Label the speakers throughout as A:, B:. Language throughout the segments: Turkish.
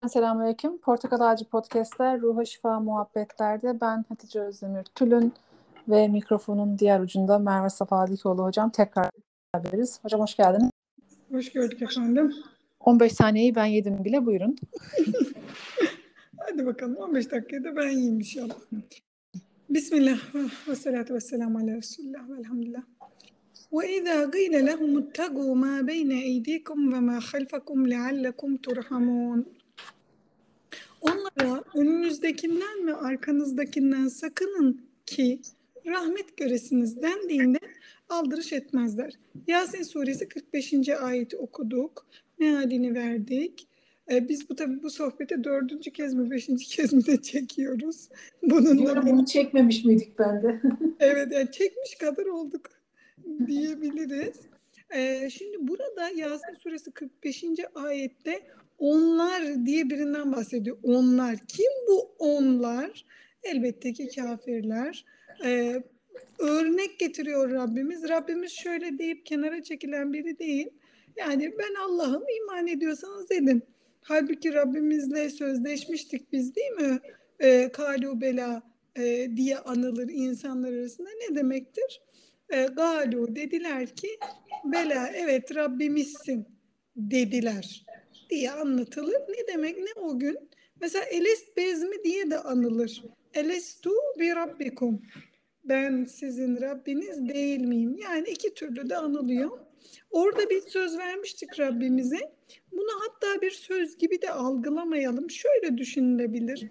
A: Selamünaleyküm. Portakal Ağacı Podcast'ler, Ruha Şifa Muhabbetler'de ben Hatice Özdemir Tülün ve mikrofonun diğer ucunda Merve Safa Dikoğlu hocam tekrar beraberiz. Hocam hoş geldiniz.
B: Hoş gördük efendim.
A: 15 saniyeyi ben yedim bile, buyurun.
B: Hadi bakalım 15 dakikada ben yiyeyim inşallah. Bismillah ve salatu ve selamu ala Resulullah ve elhamdülillah. وَإِذَا قِيلَ لَهُمُ اتَّقُوا مَا بَيْنَ اَيْدِيكُمْ وَمَا خَلْفَكُمْ لَعَلَّكُمْ تُرْحَمُونَ. Onlara önünüzdekinden ve arkanızdakinden sakının ki rahmet göresiniz dendiğinde aldırış etmezler. Yasin suresi 45. ayeti okuduk. Mealini verdik. Biz bu sohbeti 4. kez mi 5. kez mi de çekiyoruz.
A: Bunu çekmemiş miydik ben de?
B: Evet, yani çekmiş kadar olduk diyebiliriz. Şimdi burada Yasin suresi 45. ayette onlar diye birinden bahsediyor. Onlar. Kim bu onlar? Elbette ki kafirler. Örnek getiriyor Rabbimiz. Rabbimiz şöyle deyip kenara çekilen biri değil. Yani ben Allah'ım, iman ediyorsanız edin. Halbuki Rabbimizle sözleşmiştik biz, değil mi? Kalu bela diye anılır insanlar arasında. Ne demektir? Galu dediler ki bela, evet Rabbimizsin dediler diye anlatılır. Ne demek, ne o gün? Mesela elest bezmi diye de anılır. Elestu bi rabbikum. Ben sizin Rabbiniz değil miyim? Yani iki türlü de anılıyor. Orada bir söz vermiştik Rabbimize. Bunu hatta bir söz gibi de algılamayalım. Şöyle düşünülebilir.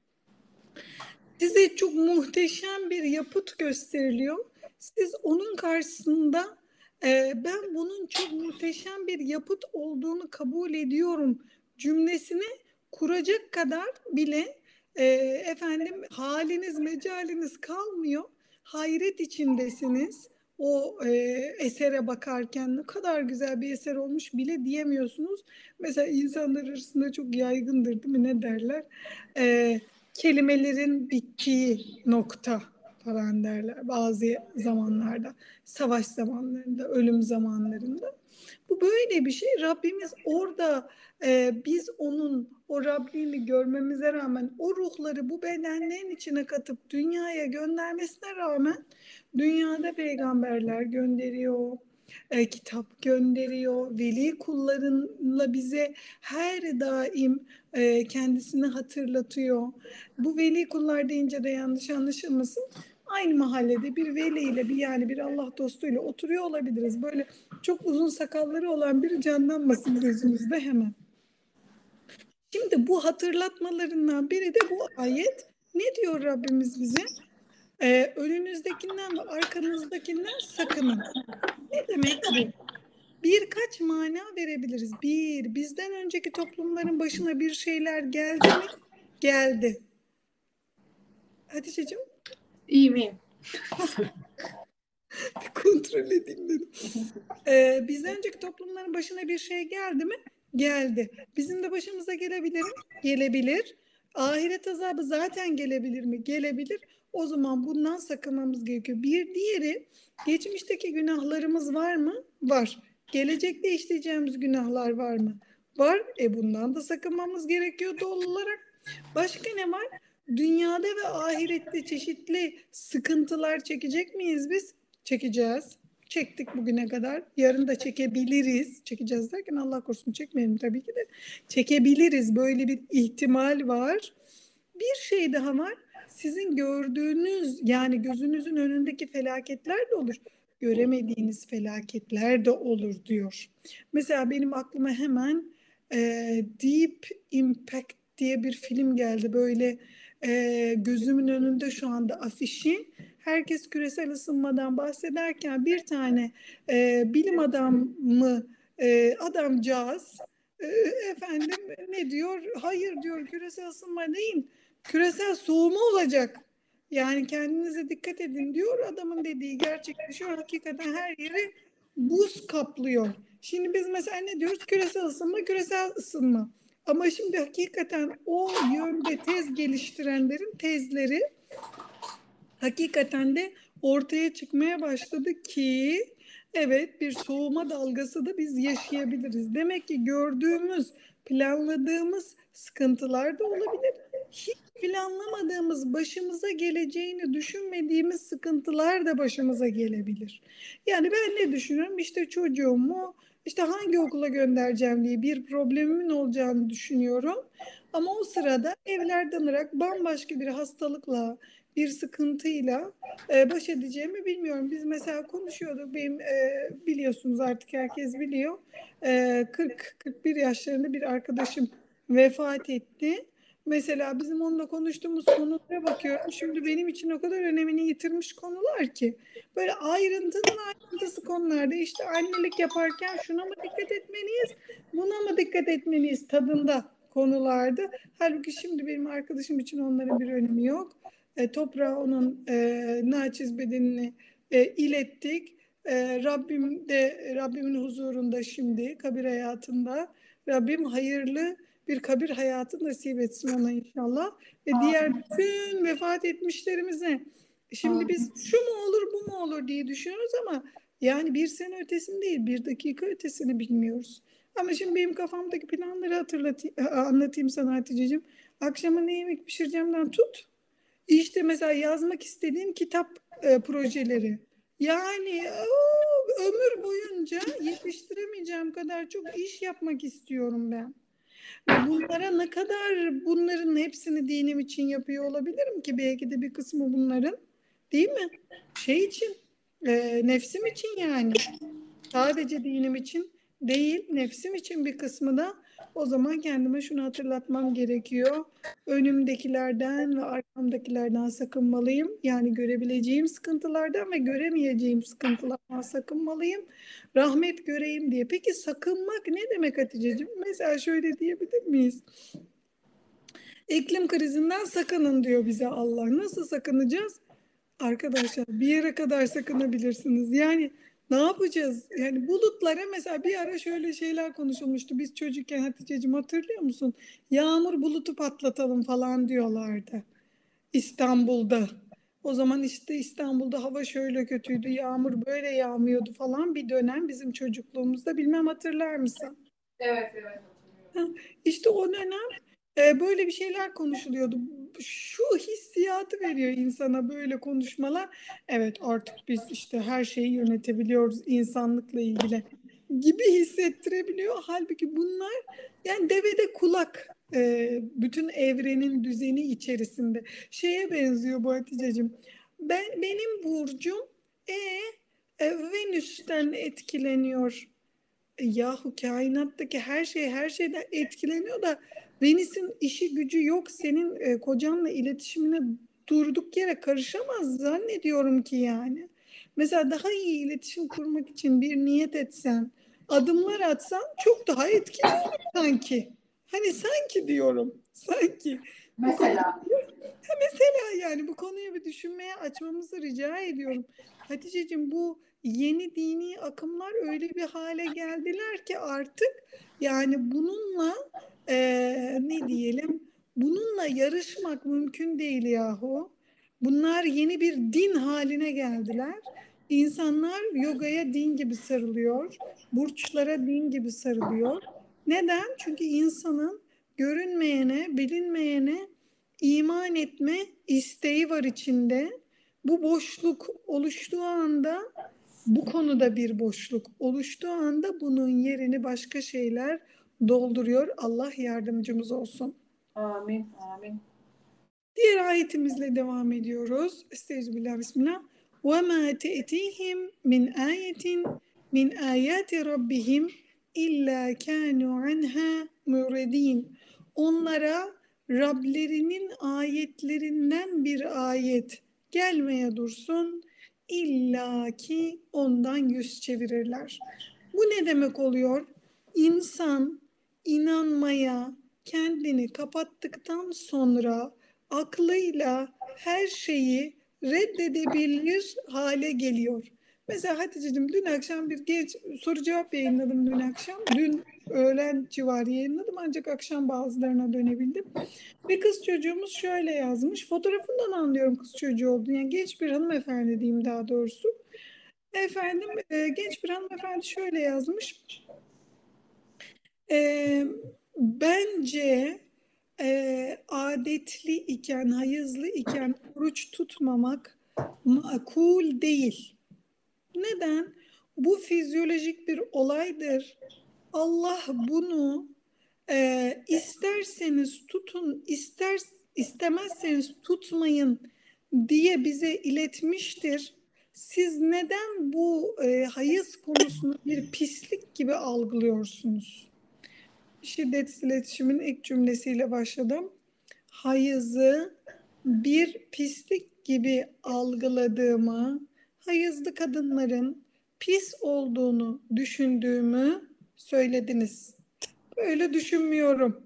B: Size çok muhteşem bir yapıt gösteriliyor. Siz onun karşısında ben bunun çok muhteşem bir yapıt olduğunu kabul ediyorum cümlesini kuracak kadar bile haliniz mecaliniz kalmıyor. Hayret içindesiniz. O esere bakarken ne kadar güzel bir eser olmuş bile diyemiyorsunuz. Mesela insanlar arasında çok yaygındır, değil mi? Ne derler? Kelimelerin bittiği nokta falan derler bazı zamanlarda, savaş zamanlarında, ölüm zamanlarında. Bu böyle bir şey. Rabbimiz orada biz onun o Rabbini görmemize rağmen o ruhları bu bedenlerin içine katıp dünyaya göndermesine rağmen dünyada peygamberler gönderiyor, kitap gönderiyor, veli kullarıyla bize her daim kendisini hatırlatıyor. Bu veli kullar deyince de yanlış anlaşılmasın. Aynı mahallede bir veliyle bir Allah dostuyla oturuyor olabiliriz. Böyle çok uzun sakalları olan biri canlanmasın gözümüzde hemen. Şimdi bu hatırlatmalarından biri de bu ayet. Ne diyor Rabbimiz bize? Önünüzdekinden ve arkanızdakinden sakının. Ne demek bu? Birkaç mana verebiliriz. Bir, bizden önceki toplumların başına bir şeyler geldi mi? Geldi. Hatice'cim?
A: İyiyim.
B: Kontrol edeyim dedim. Bizden önceki toplumların başına bir şey geldi mi? Geldi. Bizim de başımıza gelebilir mi? Gelebilir. Ahiret azabı zaten gelebilir mi? Gelebilir. O zaman bundan sakınmamız gerekiyor. Bir diğeri, geçmişteki günahlarımız var mı? Var. Gelecekte işleyeceğimiz günahlar var mı? Var. Bundan da sakınmamız gerekiyor doğal olarak. Başka ne var? Dünyada ve ahirette çeşitli sıkıntılar çekecek miyiz biz? Çekeceğiz. Çektik bugüne kadar. Yarın da çekebiliriz. Çekeceğiz derken Allah korusun çekmeyelim tabii ki de. Çekebiliriz. Böyle bir ihtimal var. Bir şey daha var. Sizin gördüğünüz, yani gözünüzün önündeki felaketler de olur. Göremediğiniz felaketler de olur diyor. Mesela benim aklıma hemen Deep Impact diye bir film geldi. Böyle gözümün önünde şu anda afişi. Herkes küresel ısınmadan bahsederken bir tane bilim adamı adamcağız ne diyor? Hayır diyor, küresel ısınma değil, küresel soğuma olacak. Yani kendinize dikkat edin diyor. Adamın dediği gerçekleşiyor. Hakikaten her yeri buz kaplıyor. Şimdi biz mesela ne diyoruz? Küresel ısınma, küresel ısınma. Ama şimdi hakikaten o yönde tez geliştirenlerin tezleri hakikaten de ortaya çıkmaya başladı ki evet, bir soğuma dalgası da biz yaşayabiliriz. Demek ki gördüğümüz planladığımız sıkıntılar da olabilir. Hiç planlamadığımız, başımıza geleceğini düşünmediğimiz sıkıntılar da başımıza gelebilir. Yani ben ne düşünüyorum? İşte çocuğumu işte hangi okula göndereceğim diye bir problemimin olacağını düşünüyorum. Ama o sırada evlerden ırak bambaşka bir hastalıkla, bir sıkıntıyla baş edeceğimi bilmiyorum. Biz mesela konuşuyorduk. Benim biliyorsunuz artık herkes biliyor. 40-41 yaşlarında bir arkadaşım vefat etti. Mesela bizim onunla konuştuğumuz konulara bakıyorum. Şimdi benim için o kadar önemini yitirmiş konular ki. Böyle ayrıntının ayrıntısı konularda işte annelik yaparken şuna mı dikkat etmeliyiz, buna mı dikkat etmeliyiz tadında konulardı. Halbuki şimdi benim arkadaşım için onların bir önemi yok. Toprağa onun naçiz bedenini ilettik. Rabbimin huzurunda şimdi kabir hayatında Rabbim hayırlı bir kabir hayatı nasip etsin ona inşallah. Ve diğer bütün vefat etmişlerimize şimdi biz şu mu olur bu mu olur diye düşünüyoruz ama yani bir sene ötesini değil bir dakika ötesini bilmiyoruz. Ama şimdi benim kafamdaki planları anlatayım sana Hatice'cim. Akşama ne yemek pişireceğimden tut. İşte mesela yazmak istediğim kitap projeleri. Yani ömür boyunca yetiştiremeyeceğim kadar çok iş yapmak istiyorum ben. Ve bunlara ne kadar bunların hepsini dinim için yapıyor olabilirim ki belki de bir kısmı bunların değil mi? Şey için nefsim için yani. Sadece dinim için değil, nefsim için bir kısmı da o zaman kendime şunu hatırlatmam gerekiyor. Önümdekilerden ve arkamdakilerden sakınmalıyım. Yani görebileceğim sıkıntılardan ve göremeyeceğim sıkıntılardan sakınmalıyım. Rahmet göreyim diye. Peki sakınmak ne demek Hatice'ciğim? Mesela şöyle diyebilir miyiz? İklim krizinden sakının diyor bize Allah. Nasıl sakınacağız? Arkadaşlar bir yere kadar sakınabilirsiniz. Yani ne yapacağız? Yani bulutlara mesela bir ara şöyle şeyler konuşulmuştu. Biz çocukken Hatice'cim hatırlıyor musun? Yağmur bulutu patlatalım falan diyorlardı. İstanbul'da. O zaman işte İstanbul'da hava şöyle kötüydü, yağmur böyle yağmıyordu falan bir dönem bizim çocukluğumuzda bilmem hatırlar mısın?
A: Evet, evet.
B: İşte o dönem böyle bir şeyler konuşuluyordu. Şu hissiyatı veriyor insana böyle konuşmalar. Evet artık biz işte her şeyi yönetebiliyoruz insanlıkla ilgili gibi hissettirebiliyor. Halbuki bunlar yani devede kulak bütün evrenin düzeni içerisinde. Şeye benziyor bu Hatice'cim. Benim burcum e, Venüs'ten etkileniyor. Yahu kainattaki her şey her şeyden etkileniyor da Venüs'ün işi gücü yok senin kocanla iletişimine durduk yere karışamaz zannediyorum ki yani. Mesela daha iyi iletişim kurmak için bir niyet etsen, adımlar atsan çok daha etkili olur sanki. Hani sanki diyorum, sanki. Bu konu
A: Mesela.
B: mesela yani bu konuyu bir düşünmeye açmamızı rica ediyorum. Haticeciğim bu yeni dini akımlar öyle bir hale geldiler ki artık yani bununla ne diyelim bununla yarışmak mümkün değil yahu. Bunlar yeni bir din haline geldiler. İnsanlar yogaya din gibi sarılıyor. Burçlara din gibi sarılıyor. Neden? Çünkü insanın görünmeyene, bilinmeyene iman etme isteği var içinde. Bu boşluk oluştuğu anda, bu konuda bir boşluk oluştuğu anda bunun yerini başka şeyler dolduruyor. Allah yardımcımız olsun.
A: Amin, amin.
B: Diğer ayetimizle devam ediyoruz. Estağfirullah, bismillah. وَمَا تَأْتِيهِمْ مِنْ آيَةٍ مِنْ آيَاتِ رَبِّهِمْ إِلَّا كَانُوا عَنْهَا مُعْرِضِينَ. Onlara Rablerinin ayetlerinden bir ayet gelmeye dursun. İlla ki ondan yüz çevirirler. Bu ne demek oluyor? İnsan inanmaya kendini kapattıktan sonra aklıyla her şeyi reddedebilir hale geliyor. Mesela Hatice'cim dün akşam bir genç soru cevap yayınladım dün akşam. Dün öğlen civarı yayınladım ancak akşam bazılarına dönebildim. Bir kız çocuğumuz şöyle yazmış. Fotoğrafından anlıyorum kız çocuğu olduğunu. Yani genç bir hanımefendi diyeyim daha doğrusu. Efendim genç bir hanımefendi şöyle yazmış. Bence adetli iken, hayızlı iken oruç tutmamak makul değil. Neden? Bu fizyolojik bir olaydır. Allah bunu isterseniz tutun, istemezseniz tutmayın diye bize iletmiştir. Siz neden bu hayız konusunu bir pislik gibi algılıyorsunuz? Şiddetsiz iletişimin ilk cümlesiyle başladım. Hayızı bir pislik gibi algıladığımı, hayızlı kadınların pis olduğunu düşündüğümü söylediniz. Öyle düşünmüyorum.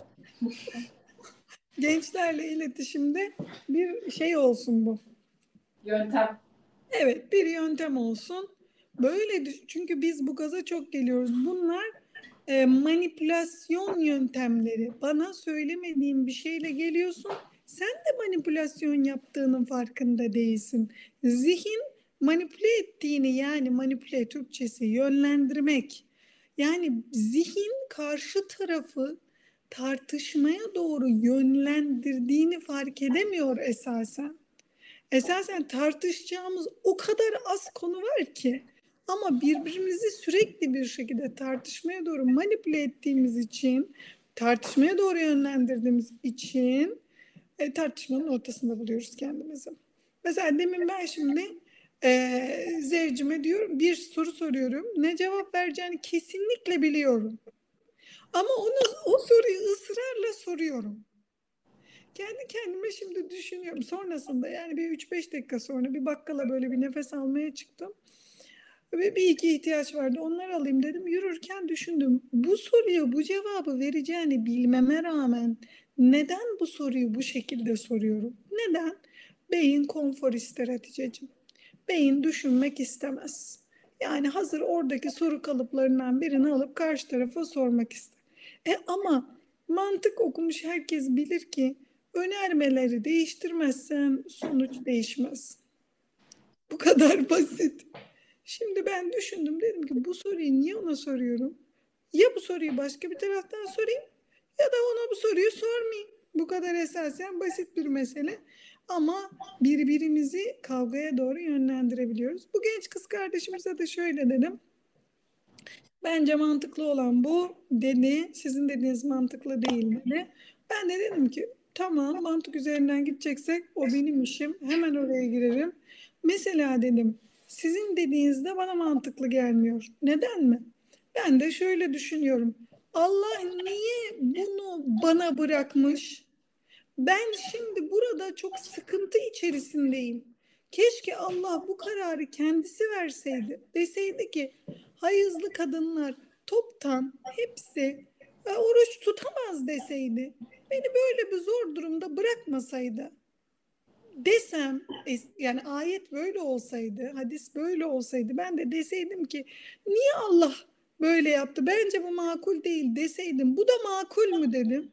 B: Gençlerle iletişimde bir şey olsun bu.
A: Yöntem.
B: Evet, bir yöntem olsun. Böyle çünkü biz bu gaza çok geliyoruz. Bunlar manipülasyon yöntemleri. Bana söylemediğin bir şeyle geliyorsun. Sen de manipülasyon yaptığının farkında değilsin. Zihin manipüle ettiğini, yani manipüle Türkçesi yönlendirmek. Yani zihin karşı tarafı tartışmaya doğru yönlendirdiğini fark edemiyor esasen. Esasen tartışacağımız o kadar az konu var ki, ama birbirimizi sürekli bir şekilde tartışmaya doğru manipüle ettiğimiz için, tartışmaya doğru yönlendirdiğimiz için tartışmanın ortasında buluyoruz kendimizi. Mesela demin ben şimdi Zevcime diyorum, bir soru soruyorum. Ne cevap vereceğini kesinlikle biliyorum. Ama o soruyu ısrarla soruyorum. Kendi kendime şimdi düşünüyorum. Sonrasında yani bir 3-5 dakika sonra bir bakkala böyle bir nefes almaya çıktım. Ve bir iki ihtiyaç vardı. Onları alayım dedim. Yürürken düşündüm. Bu soruya bu cevabı vereceğini bilmeme rağmen neden bu soruyu bu şekilde soruyorum? Neden? Beyin konfor ister Hatice'cim. Beyin düşünmek istemez. Yani hazır oradaki soru kalıplarından birini alıp karşı tarafa sormak ister. Ama mantık okumuş herkes bilir ki önermeleri değiştirmezsen sonuç değişmez. Bu kadar basit. Şimdi ben düşündüm, dedim ki bu soruyu niye ona soruyorum? Ya bu soruyu başka bir taraftan sorayım ya da ona bu soruyu sormayayım. Bu kadar esasen basit bir mesele. Ama birbirimizi kavgaya doğru yönlendirebiliyoruz. Bu genç kız kardeşimize de şöyle dedim. Bence mantıklı olan bu dedi. Sizin dediğiniz mantıklı değil dedi. Ben de dedim ki tamam, mantık üzerinden gideceksek o benim işim. Hemen oraya girerim. Mesela dedim, sizin dediğinizde bana mantıklı gelmiyor. Neden mi? Ben de şöyle düşünüyorum. Allah niye bunu bana bırakmış? Ben şimdi burada çok sıkıntı içerisindeyim. Keşke Allah bu kararı kendisi verseydi. Deseydi ki hayızlı kadınlar toptan hepsi oruç tutamaz deseydi. Beni böyle bir zor durumda bırakmasaydı desem, yani ayet böyle olsaydı, hadis böyle olsaydı, ben de deseydim ki niye Allah böyle yaptı? Bence bu makul değil deseydim. Bu da makul mü dedim.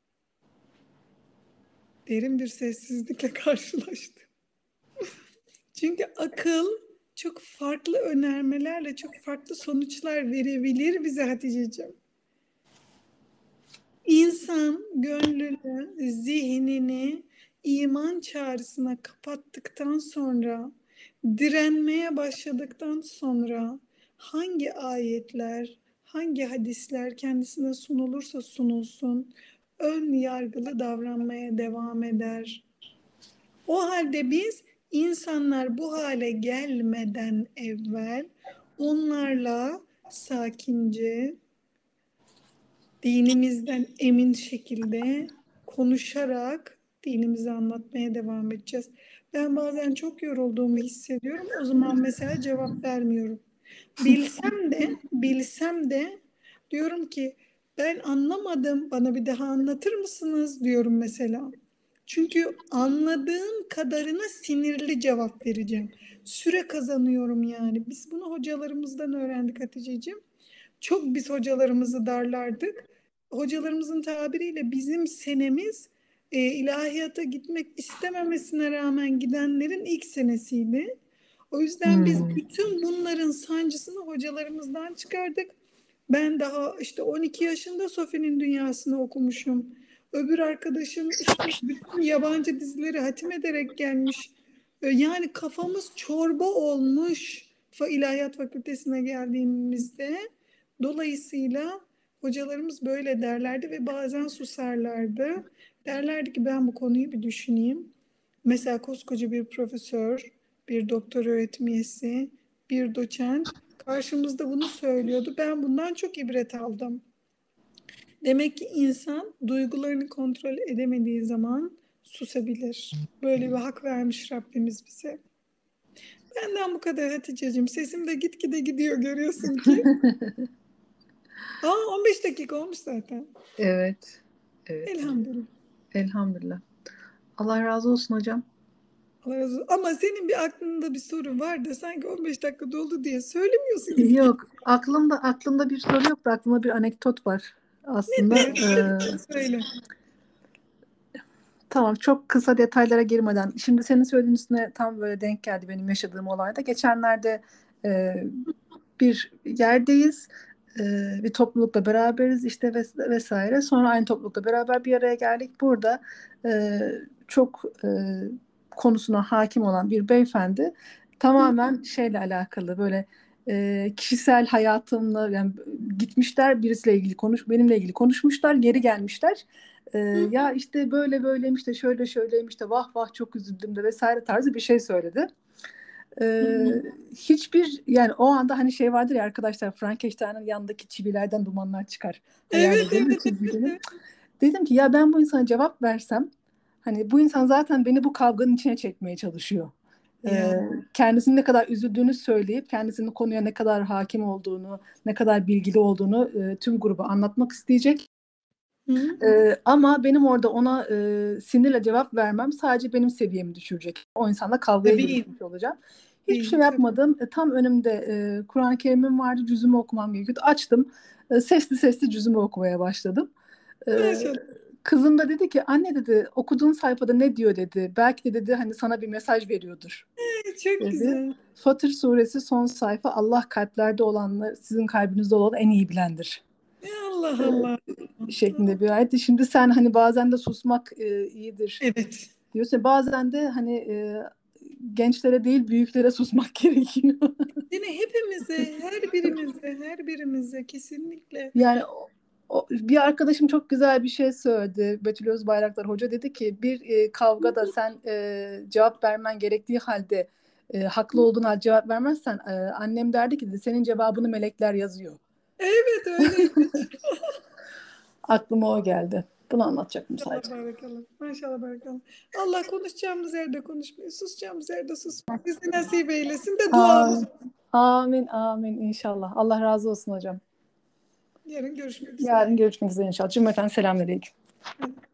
B: Derin bir sessizlikle karşılaştı. Çünkü akıl çok farklı önermelerle çok farklı sonuçlar verebilir bize Haticeciğim. İnsan gönlünü, zihnini iman çağrısına kapattıktan sonra, direnmeye başladıktan sonra hangi ayetler, hangi hadisler kendisine sunulursa sunulsun, ön yargılı davranmaya devam eder. O halde biz insanlar bu hale gelmeden evvel onlarla sakince, dinimizden emin şekilde konuşarak dinimizi anlatmaya devam edeceğiz. Ben bazen çok yorulduğumu hissediyorum. O zaman mesela cevap vermiyorum. Bilsem de diyorum ki ben anlamadım, bana bir daha anlatır mısınız diyorum mesela. Çünkü anladığım kadarına sinirli cevap vereceğim. Süre kazanıyorum yani. Biz bunu hocalarımızdan öğrendik Hatice'ciğim. Çok biz hocalarımızı darlardık. Hocalarımızın tabiriyle bizim senemiz ilahiyata gitmek istememesine rağmen gidenlerin ilk senesiydi. O yüzden biz bütün bunların sancısını hocalarımızdan çıkardık. Ben daha işte 12 yaşında Sophie'nin Dünyası'nı okumuşum. Öbür arkadaşım işte bütün yabancı dizileri hatim ederek gelmiş. Yani kafamız çorba olmuş İlahiyat Fakültesine geldiğimizde. Dolayısıyla hocalarımız böyle derlerdi ve bazen susarlardı. Derlerdi ki ben bu konuyu bir düşüneyim. Mesela koskoca bir profesör, bir doktor öğretim üyesi, bir doçent karşımızda bunu söylüyordu. Ben bundan çok ibret aldım. Demek ki insan duygularını kontrol edemediği zaman susabilir. Böyle bir hak vermiş Rabbimiz bize. Benden bu kadar Hatice'cim. Sesim de gitgide gidiyor görüyorsun ki. 15 dakika olmuş zaten.
A: Evet. Evet.
B: Elhamdülillah.
A: Elhamdülillah. Allah razı olsun hocam.
B: Allah razı olsun. Ama senin bir aklında bir sorun var da sanki 15 dakika doldu diye söylemiyorsun gibi.
A: Yok, aklımda bir soru yok da aklımda bir anekdot var. Aslında
B: Söyle.
A: tamam, çok kısa detaylara girmeden. Şimdi senin söylediğin üstüne tam böyle denk geldi benim yaşadığım olayda. Geçenlerde e, bir yerdeyiz. Bir toplulukla beraberiz işte vesaire. Sonra aynı toplulukla beraber bir araya geldik. Burada e, çok konusuna hakim olan bir beyefendi tamamen şeyle alakalı böyle kişisel hayatımla yani gitmişler birisiyle ilgili benimle ilgili konuşmuşlar, geri gelmişler. Ya işte böyle böyleymiş de şöyle şöyleymiş de vah vah çok üzüldüm de vesaire tarzı bir şey söyledi. Hiçbir yani o anda hani şey vardır ya arkadaşlar, Frankenstein'ın yanındaki çivilerden dumanlar çıkar. Hayal
B: Evet,
A: edelim mi
B: evet,
A: çizgileri?
B: evet.
A: Dedim ki ya ben bu insana cevap versem hani bu insan zaten beni bu kavganın içine çekmeye çalışıyor. Ee,
B: Ya.
A: Kendisinin ne kadar üzüldüğünü söyleyip kendisinin konuya ne kadar hakim olduğunu, ne kadar bilgili olduğunu tüm gruba anlatmak isteyecek.
B: Hı?
A: Ama benim orada ona sinirle cevap vermem sadece benim seviyemi düşürecek. O insanla kavgaya
B: Tabii,
A: girmiş olacağım. Hiçbir şey
B: tabii, tabii.
A: yapmadım. Tam önümde Kur'an-ı Kerim'im vardı. Cüzümü okumam gerekiyordu. Açtım. Sesli sesli cüzümü okumaya başladım. E,
B: Maşallah.
A: Kızım da dedi ki anne dedi okuduğun sayfada ne diyor dedi. Belki de dedi hani sana bir mesaj veriyordur
B: Çok
A: dedi.
B: güzel.
A: Fatır suresi son sayfa, Allah kalplerde olanları sizin kalbinizde olanı en iyi bilendir
B: Ya Allah Allah.
A: şeklinde bir ayet. Şimdi sen hani bazen de susmak iyidir
B: Evet.
A: diyorsun. Bazen de hani gençlere değil büyüklere susmak gerekiyor.
B: Yine hepimize, her birimize kesinlikle.
A: Yani bir arkadaşım çok güzel bir şey söyledi. Betül Özbayraktar Hoca dedi ki bir kavgada sen cevap vermen gerektiği halde haklı olduğun halde cevap vermezsen annem derdi ki senin cevabını melekler yazıyor.
B: Evet öyleydi.
A: Aklıma o geldi. Bunu anlatacaktım
B: Maşallah
A: sadece.
B: barakallah. Maşallah barakallah. Allah konuşacağımız yerde konuşmayı, susacağımız yerde susmayı bizi nasip eylesin de duamız.
A: Amin. Amin, amin inşallah. Allah razı olsun hocam.
B: Yarın görüşmek üzere.
A: Yarın görüşmek üzere inşallah. Cümleten selamünaleyküm.
B: Hadi.